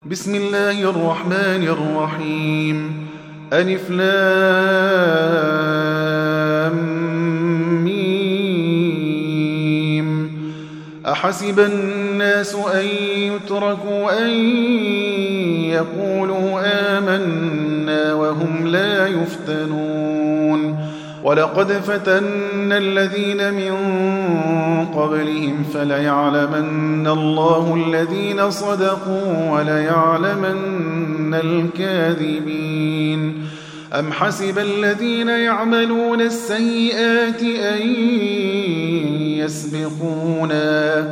بسم الله الرحمن الرحيم. ألف لام ميم. أحسب الناس أن يتركوا أن يقولوا آمنا وهم لا يفتنون. ولقد فتنا الذين من قبلهم فليعلمن الله الذين صدقوا وليعلمن الكاذبين. أم حسب الذين يعملون السيئات أن يسبقونا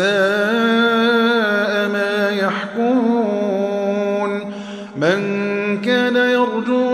ساء ما يحكمون. من كان يرجو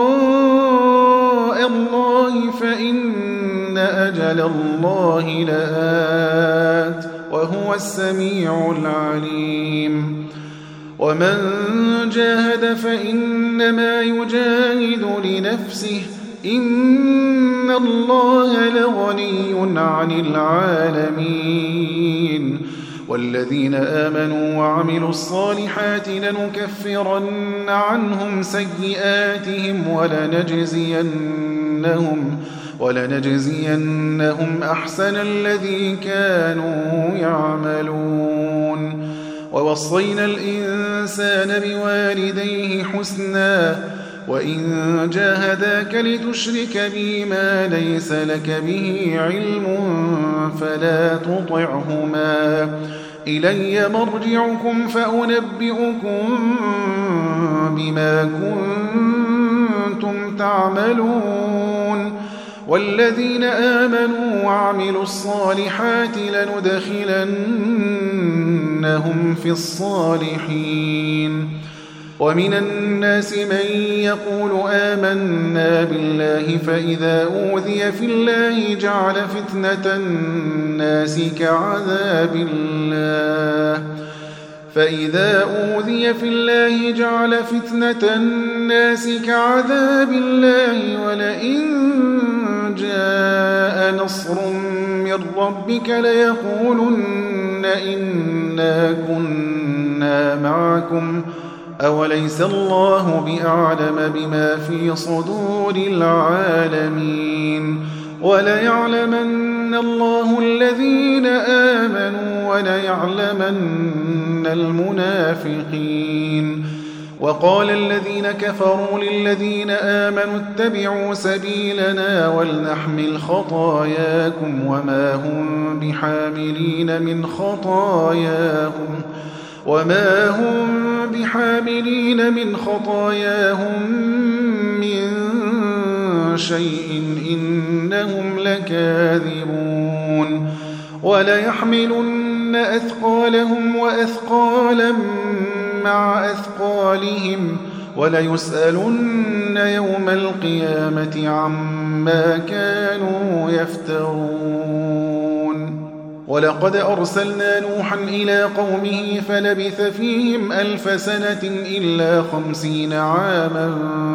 لقاء الله فإن أجل الله لآت وهو السميع العليم. ومن جاهد فإنما يجاهد لنفسه إن الله لغني عن العالمين. والذين آمنوا وعملوا الصالحات لنكفرن عنهم سيئاتهم ولنجزينهم أحسن الذي كانوا يعملون. ووصينا الإنسان بوالديه حسنا وإن جاهداك لتشرك بي ما ليس لك به علم فلا تطعهما إلي مرجعكم فأنبئكم بما كنتم تعملون. والذين آمنوا وعملوا الصالحات لندخلنهم في الصالحين. ومن الناس من يقول آمنا بالله فإذا أوذي في الله جعل فتنة الناس كعذاب الله ولئن جاء نصر من ربك ليقولن إنا كنا معكم أوليس الله بأعلم بما في صدور العالمين. وليعلمن الله الذين آمنوا وليعلمن المنافقين. وقال الذين كفروا للذين آمنوا اتبعوا سبيلنا ولنحمل خطاياكم وما هم بحاملين من خطاياهم من شيء إنهم لكاذبون. وليحملن أثقالهم وأثقالا مع أثقالهم وليسألن يوم القيامة عما كانوا يفترون. ولقد أرسلنا نوحا إلى قومه فلبث فيهم 1000 سنة إلا 50 عاما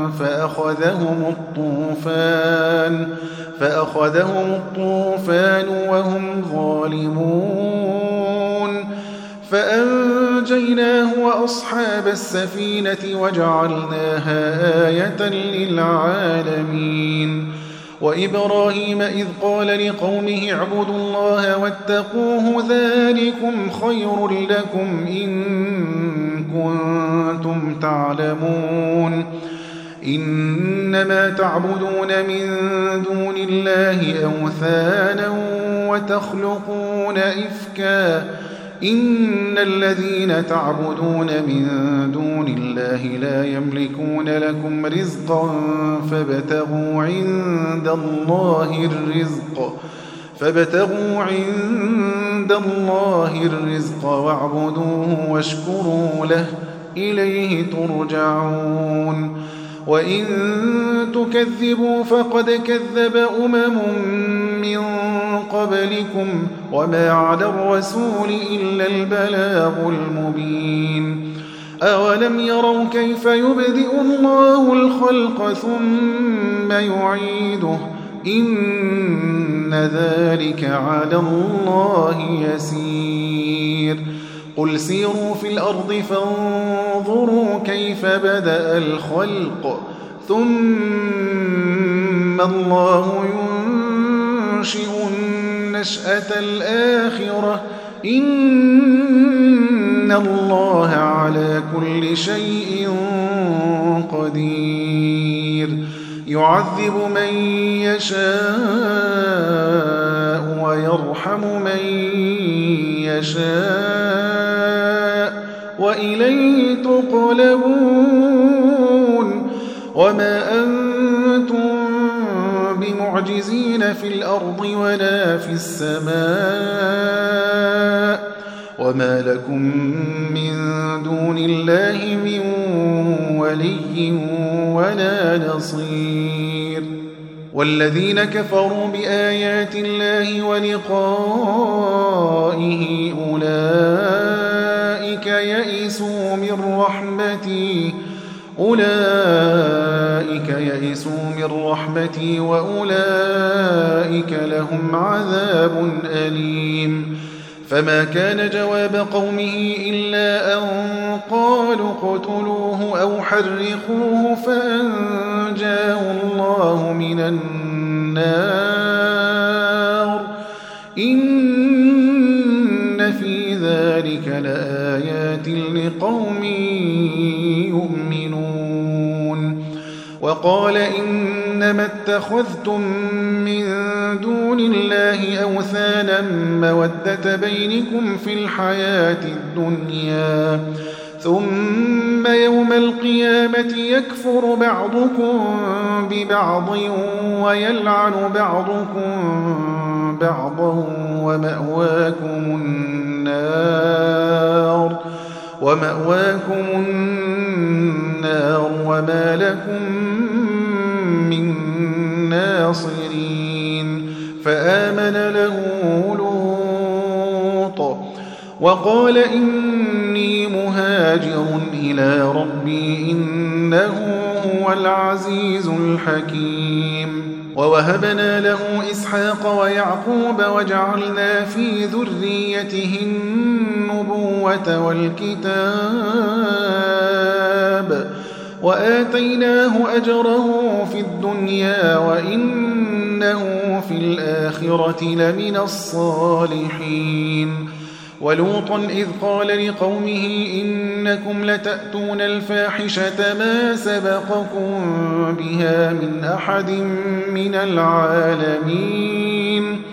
فأخذهم الطوفان وهم ظالمون فأنجيناه وأصحاب السفينة وجعلناها آية للعالمين. وإبراهيم إذ قال لقومه اعبدوا الله واتقوه ذلكم خير لكم إن كنتم تعلمون. إنما تعبدون من دون الله أوثانا وتخلقون إفكا إن الذين تعبدون من دون الله لا يملكون لكم رزقا فابتغوا عند الله الرزق واعبدوه واشكروا له إليه ترجعون. وإن تكذبوا فقد كذب أمم من قبلكم وما على الرسول إلا البلاغ المبين. أولم يروا كيف يبدئ الله الخلق ثم يعيده إن ذلك على الله يسير قل سيروا في الأرض فانظروا كيف بدأ الخلق ثم الله ينشئ النشأة الآخرة إن الله على كل شيء قدير يعذب من يشاء ويرحم من يشاء وإليه تقلبون وما أنتم بمعجزين في الأرض ولا في السماء وما لكم من دون الله من ولي ولا نصير والذين كفروا بآيات الله ولقائه أولئك يئسوا من رحمتي وأولئك لهم عذاب أليم فما كان جواب قومه إلا أن قالوا اقتلوه أو حرقوه فأنجاه الله من النار إن في ذلك لآيات لقوم يؤمنون وقال إنما اتخذتم من دون الله أوثانا مودة بينكم في الحياة الدنيا ثم يوم القيامة يكفر بعضكم ببعض ويلعن بعضكم بعضا ومأواكم النار وما لكم من ناصرين فآمن له لوط وقال إني مهاجر إلى ربي إنه هو العزيز الحكيم ووهبنا له إسحاق ويعقوب وجعلنا في ذريته النبوة والكتاب وآتيناه أجره في الدنيا وإنه في الآخرة لمن الصالحين ولوطا إذ قال لقومه إنكم لتأتون الفاحشة ما سبقكم بها من أحد من العالمين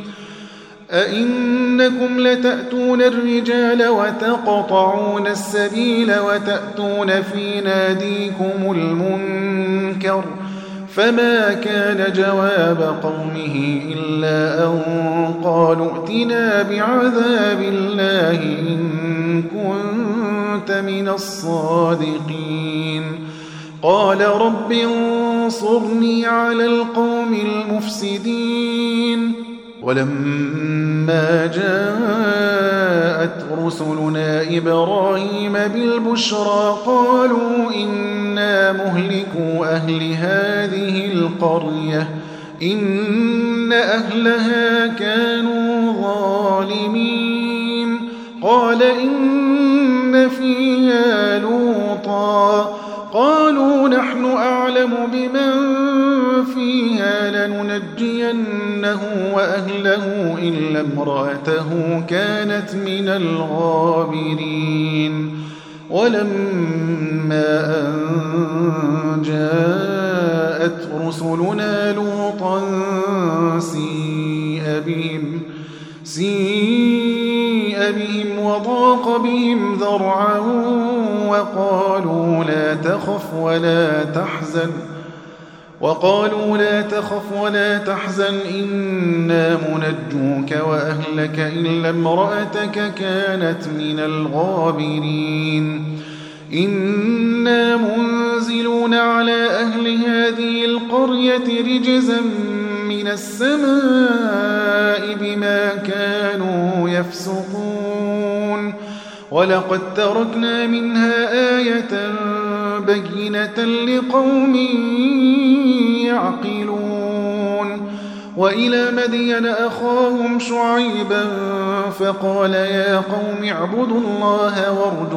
أئنكم لتأتون الرجال وتقطعون السبيل وتأتون في ناديكم المنكر فما كان جواب قومه إلا أن قالوا ائتنا بعذاب الله إن كنت من الصادقين قال رب انصرني على القوم المفسدين ولما جاءت رسلنا إبراهيم بالبشرى قالوا إنا مهلكو أهل هذه القرية إن أهلها كانوا ظالمين قال إن فيها لوطا قالوا نحن أعلم بمن فيها لننجينه وأهله إلا امرأته كانت من الغابرين ولما أن جاءت رسلنا لوطا سيء بهم وضاق بهم ذرعا وقالوا لا تخف ولا تحزن إنا منجوك وأهلك إلا امرأتك كانت من الغابرين إنا منزلون على أهل هذه القرية رجزا من السماء بما كانوا يفسقون ولقد تركنا منها آية بينة لقوم يعقلون وإلى مدين أخاهم شعيبا فقال يا قوم اعبدوا الله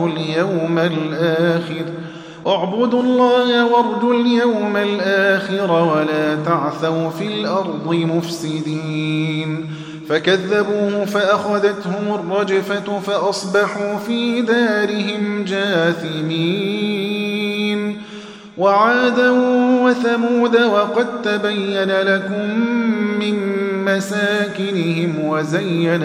وارجوا اليوم الآخر ولا تعثوا في الأرض مفسدين. فكذبوه فأخذتهم الرجفة فأصبحوا في دارهم جاثمين. وعادا وثمود وقد تبين لكم من مساكنهم وزين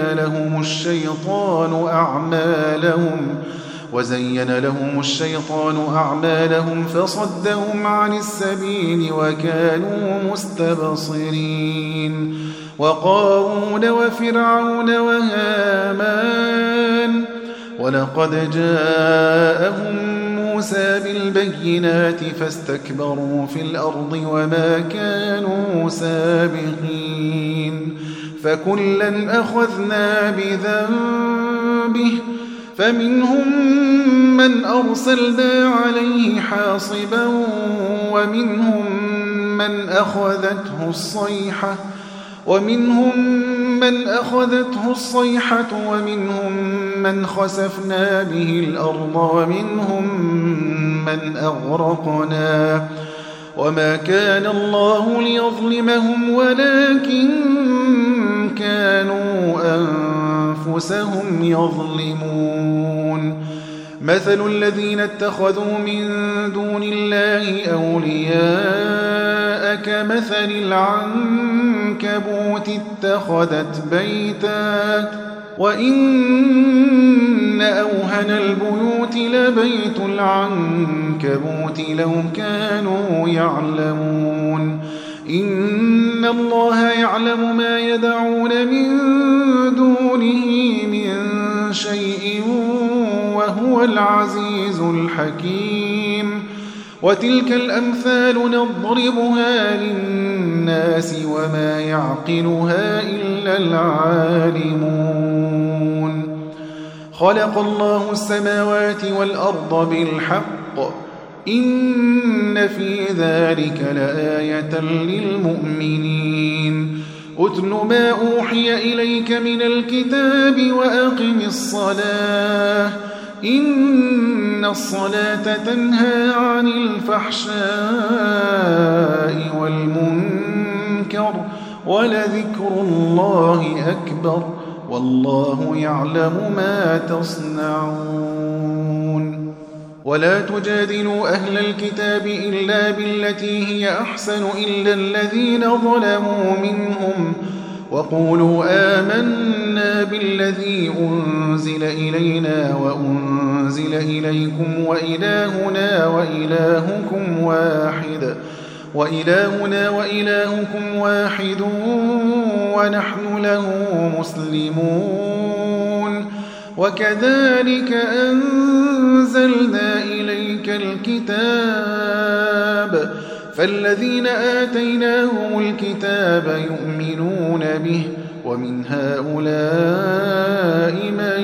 لهم الشيطان أعمالهم فصدهم عن السبيل وكانوا مستبصرين. وقارون وفرعون وهامان ولقد جاءهم موسى بالبينات فاستكبروا في الأرض وما كانوا سابقين. فكلا أخذنا بذنبه فمنهم من أرسلنا عليه حاصبا ومنهم من أخذته الصيحة ومنهم من خسفنا به الأرض ومنهم من أغرقنا. وما كان الله ليظلمهم ولكن كانوا أنفسهم يظلمون. مثل الذين اتخذوا من دون الله أولياء كمثل العنكبوت اتخذت بيتا وإن أوهن البيوت لبيت العنكبوت لو كانوا يعلمون. إن الله يعلم ما يدعون من دونه من شيء وهو العزيز الحكيم. وتلك الأمثال نضربها للناس وما يعقلها إلا العالمون. خلق الله السماوات والأرض بالحق إن في ذلك لآية للمؤمنين. أتل ما أوحي إليك من الكتاب وأقم الصلاة إن الصلاة تنهى عن الفحشاء والمنكر ولذكر الله أكبر والله يعلم ما تصنعون. ولا تجادلوا أهل الكتاب إلا بالتي هي أحسن إلا الذين ظلموا منهم وقولوا آمنا بالذي أنزل إلينا وأنزل إليكم وإلهنا وإلهكم واحد ونحن له مسلمون. وكذلك أنزلنا إليك الكتاب فالذين آتيناهم الكتاب يؤمنون به ومن هؤلاء من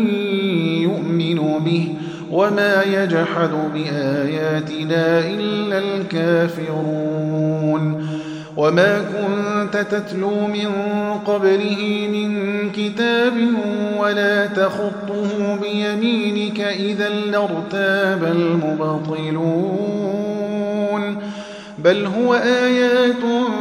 يؤمن به وما يجحد بآياتنا إلا الكافرون. وما كنت تتلو من قبله من كتاب ولا تخطه بيمينك إذا لارتاب المبطلون بل هو آيات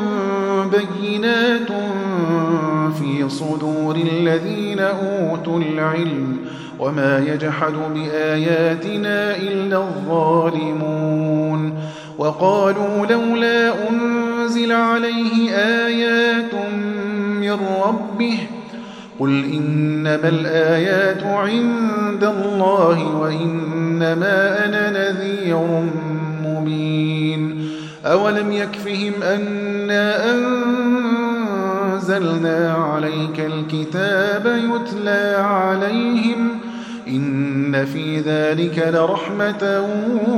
بينات في صدور الذين أوتوا العلم وما يجحد بآياتنا إلا الظالمون. وقالوا لولا أنزل عليه آيات من ربه قل إنما الآيات عند الله وإنما أنا نذير مبين. أولم يكفهم أنا أنزلنا عليك الكتاب يتلى عليهم إن في ذلك لرحمة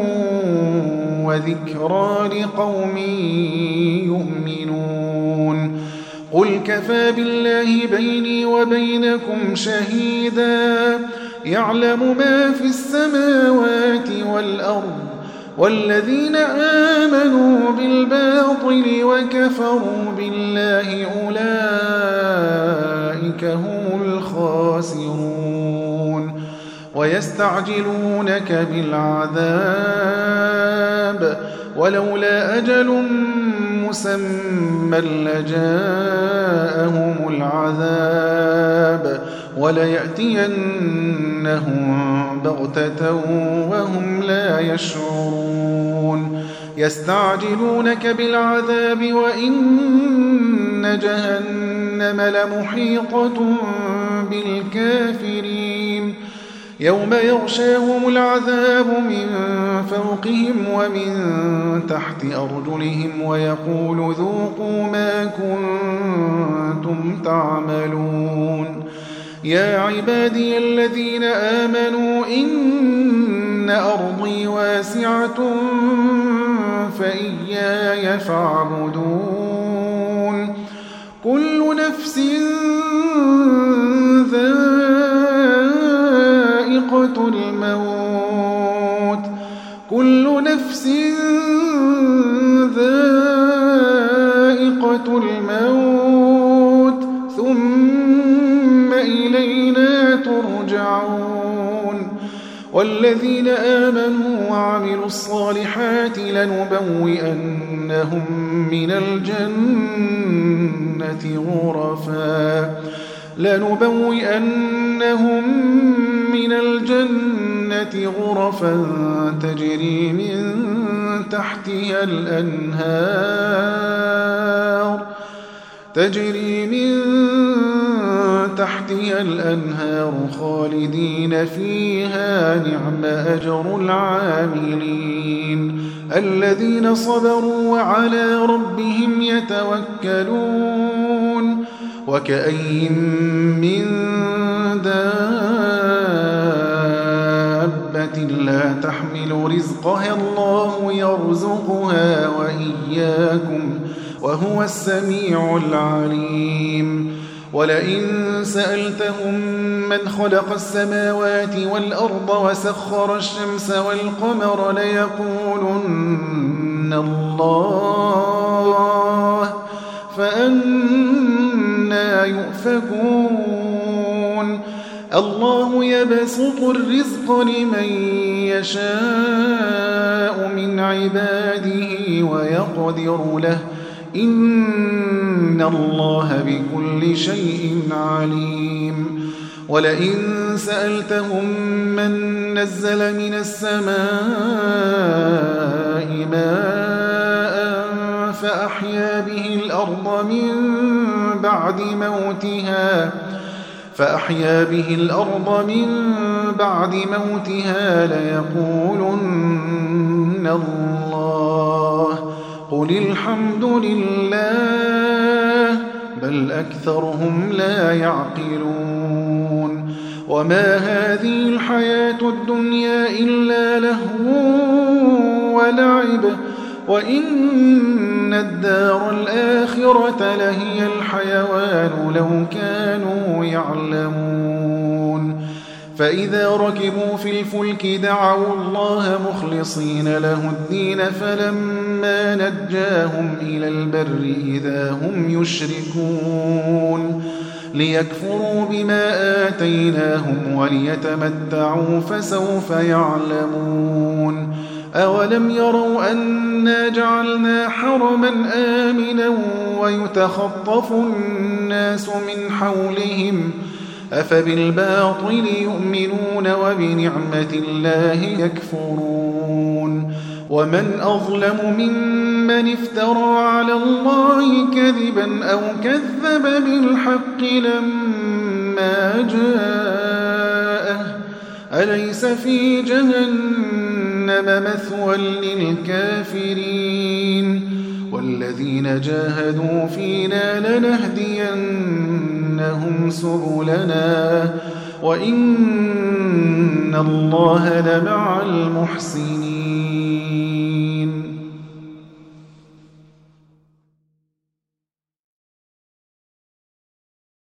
وذكرى لقوم يؤمنون. قل كفى بالله بيني وبينكم شهيدا يعلم ما في السماوات والأرض والذين آمنوا بالباطل وكفروا بالله أولئك هم الخاسرون ويستعجلونك بالعذاب ولولا أجل مسمى لجاءهم العذاب وليأتينهم بغتة وهم لا يشعرون يستعجلونك بالعذاب وإن جهنم لمحيطة بالكافرين يوم يغشاهم العذاب من فوقهم ومن تحت أرجلهم ويقول ذوقوا ما كنتم تعملون يا عبادي الذين آمنوا إن أرضي واسعة فإياي فاعبدون كل نفس ذائقة الموت كل نفس ذائقة الموت ثم إلينا ترجعون والذين آمنوا وعملوا الصالحات لنبوئنهم من الجنة غرفا تجري من تحتها الأنهار خالدين فيها نعم أجر العاملين الذين صبروا وعلى ربهم يتوكلون وكأين من دابة لا تحمل رزقها الله يرزقها وإياكم وهو السميع العليم ولئن سألتهم من خلق السماوات والأرض وسخر الشمس والقمر ليقولن الله فأنى يؤفكون الله يبسط الرزق لمن يشاء من عباده ويقدر له إن الله بكل شيء عليم ولئن سألتهم من نزل من السماء ماء فأحيا به الأرض من بعد موتها ليقولن الله قل الحمد لله بل أكثرهم لا يعقلون وما هذه الحياة الدنيا إلا لهو ولعب وإن الدار الآخرة لهي الحيوان لو كانوا يعلمون فإذا ركبوا في الفلك دعوا الله مخلصين له الدين فلما نجاهم إلى البر إذا هم يشركون ليكفروا بما آتيناهم وليتمتعوا فسوف يعلمون أولم يروا أنا جعلنا حرما آمنا ويتخطف الناس من حولهم أفبالباطل يؤمنون وبنعمة الله يكفرون ومن أظلم ممن افترى على الله كذبا أو كذب بالحق لما جاءه أليس في جهنم مثوى للكافرين والذين جاهدوا فينا لنهدينهم سبلنا وإن الله لمع المحسنين